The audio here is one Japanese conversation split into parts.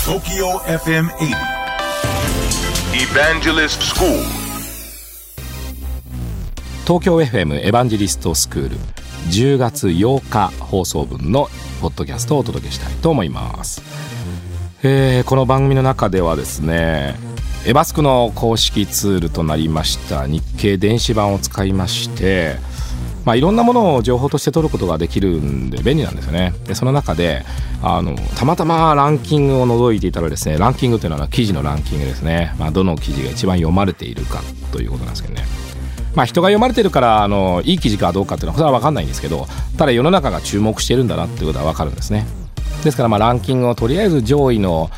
TOKYO FM 80 Evangelist School 東京 FM エヴァンジェリストスクール10月8日放送分のポッドキャストをお届けしたいと思います。この番組の中ではですね、エバスクの公式ツールとなりました日経電子版を使いまして、いろんなものを情報として取ることができるんで便利なんですよね。でその中でたまたまランキングを覗いていたらですね、ランキングというのは記事のランキングですね。どの記事が一番読まれているかということなんですけどね。人が読まれているからいい記事かどうかっていうのはそれは分かんないんですけど、ただ世の中が注目しているんだなっていうことは分かるんですね。ですからランキングをとりあえず上位の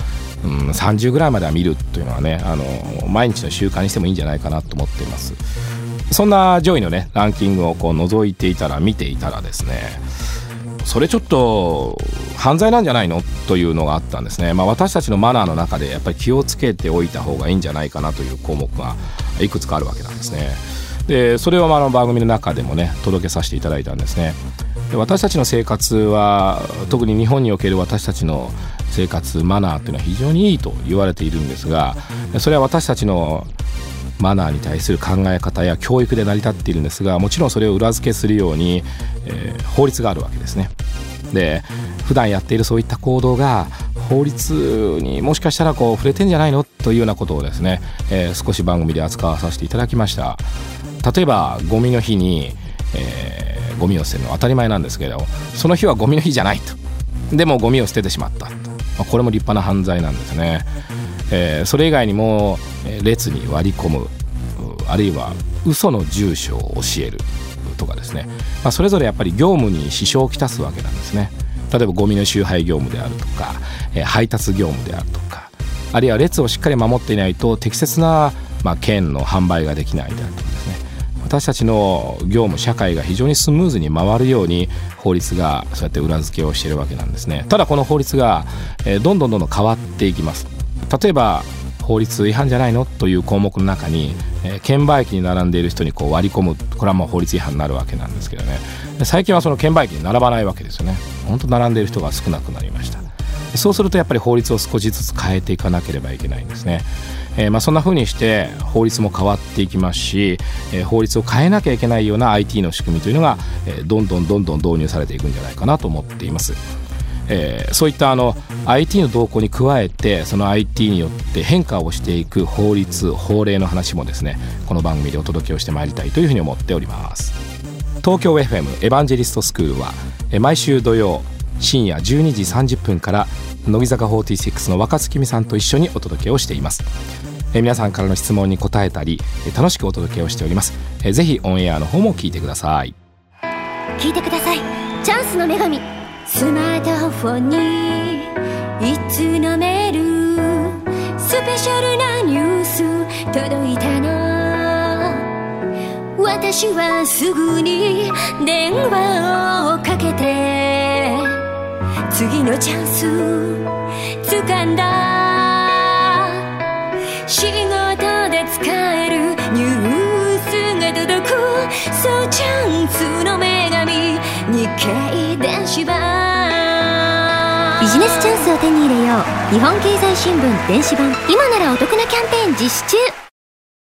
30ぐらいまでは見るというのはね、毎日の習慣にしてもいいんじゃないかなと思っています。そんな上位のねランキングを覗いていたら見ていたらですね、それちょっと犯罪なんじゃないのというのがあったんですね。私たちのマナーの中でやっぱり気をつけておいた方がいいんじゃないかなという項目がいくつかあるわけなんですね。でそれを番組の中でもね届けさせていただいたんですね。で私たちの生活は、特に日本における私たちの生活マナーというのは非常にいいと言われているんですが、それは私たちのマナーに対する考え方や教育で成り立っているんですが、もちろんそれを裏付けするように、法律があるわけですね。で普段やっているそういった行動が法律にもしかしたら触れてんじゃないのというようなことをですね、少し番組で扱わさせていただきました。例えばゴミの日に、ゴミを捨てるのは当たり前なんですけど、その日はゴミの日じゃないと、でもゴミを捨ててしまったと、これも立派な犯罪なんですね。それ以外にも列に割り込む、あるいは嘘の住所を教えるとかですね、それぞれやっぱり業務に支障をきたすわけなんですね。例えばゴミの集配業務であるとか、配達業務であるとか、あるいは列をしっかり守っていないと適切な、券の販売ができないであるとかですね、私たちの業務社会が非常にスムーズに回るように法律がそうやって裏付けをしているわけなんですね。ただこの法律がどんどん変わっていきます。例えば法律違反じゃないのという項目の中に、券売機に並んでいる人に割り込む、これは法律違反になるわけなんですけどね。最近はその券売機に並ばないわけですよね。本当並んでいる人が少なくなりました。そうするとやっぱり法律を少しずつ変えていかなければいけないんですね。そんな風にして法律も変わっていきますし、法律を変えなきゃいけないような IT の仕組みというのが、どんどん導入されていくんじゃないかなと思っています。そういったIT の動向に加えて、その IT によって変化をしていく法律法令の話もですね、この番組でお届けをしてまいりたいというふうに思っております。東京 FM エヴァンジェリストスクールは毎週土曜深夜12時30分から乃木坂46の若月美さんと一緒にお届けをしています。皆さんからの質問に答えたり楽しくお届けをしております。ぜひオンエアの方も聞いてください。 聞いてください。チャンスの女神。スマートフォンにいつのメール、スペシャルなニュース届いたの。私はすぐに電話をかけて次のチャンス掴んだ。仕事で使えるニュースが届く、そうチャンスの女神、日経電子版。ビジネスチャンスを手に入れよう。日本経済新聞電子版、今ならお得なキャンペーン実施中。